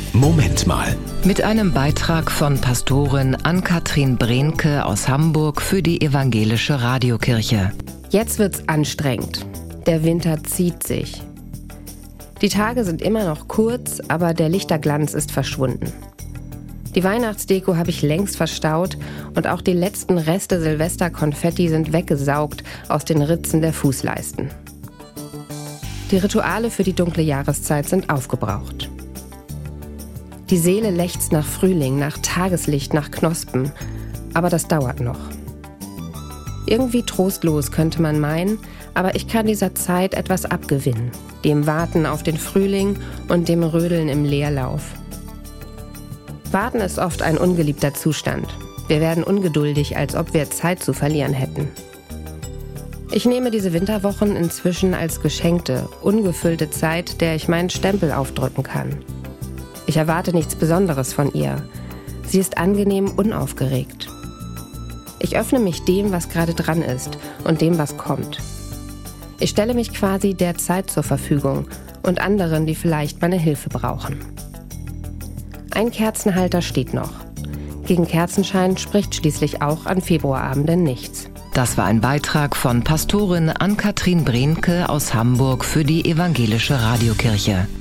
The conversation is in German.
Moment mal. Mit einem Beitrag von Pastorin Ann-Kathrin Brehnke aus Hamburg für die Evangelische Radiokirche. Jetzt wird's anstrengend. Der Winter zieht sich. Die Tage sind immer noch kurz, aber der Lichterglanz ist verschwunden. Die Weihnachtsdeko habe ich längst verstaut und auch die letzten Reste Silvesterkonfetti sind weggesaugt aus den Ritzen der Fußleisten. Die Rituale für die dunkle Jahreszeit sind aufgebraucht. Die Seele lechzt nach Frühling, nach Tageslicht, nach Knospen, aber das dauert noch. Irgendwie trostlos könnte man meinen, aber ich kann dieser Zeit etwas abgewinnen, dem Warten auf den Frühling und dem Rödeln im Leerlauf. Warten ist oft ein ungeliebter Zustand. Wir werden ungeduldig, als ob wir Zeit zu verlieren hätten. Ich nehme diese Winterwochen inzwischen als geschenkte, ungefüllte Zeit, der ich meinen Stempel aufdrücken kann. Ich erwarte nichts Besonderes von ihr. Sie ist angenehm unaufgeregt. Ich öffne mich dem, was gerade dran ist und dem, was kommt. Ich stelle mich quasi der Zeit zur Verfügung und anderen, die vielleicht meine Hilfe brauchen. Ein Kerzenhalter steht noch. Gegen Kerzenschein spricht schließlich auch an Februarabenden nichts. Das war ein Beitrag von Pastorin Ann-Kathrin Brehnke aus Hamburg für die Evangelische Radiokirche.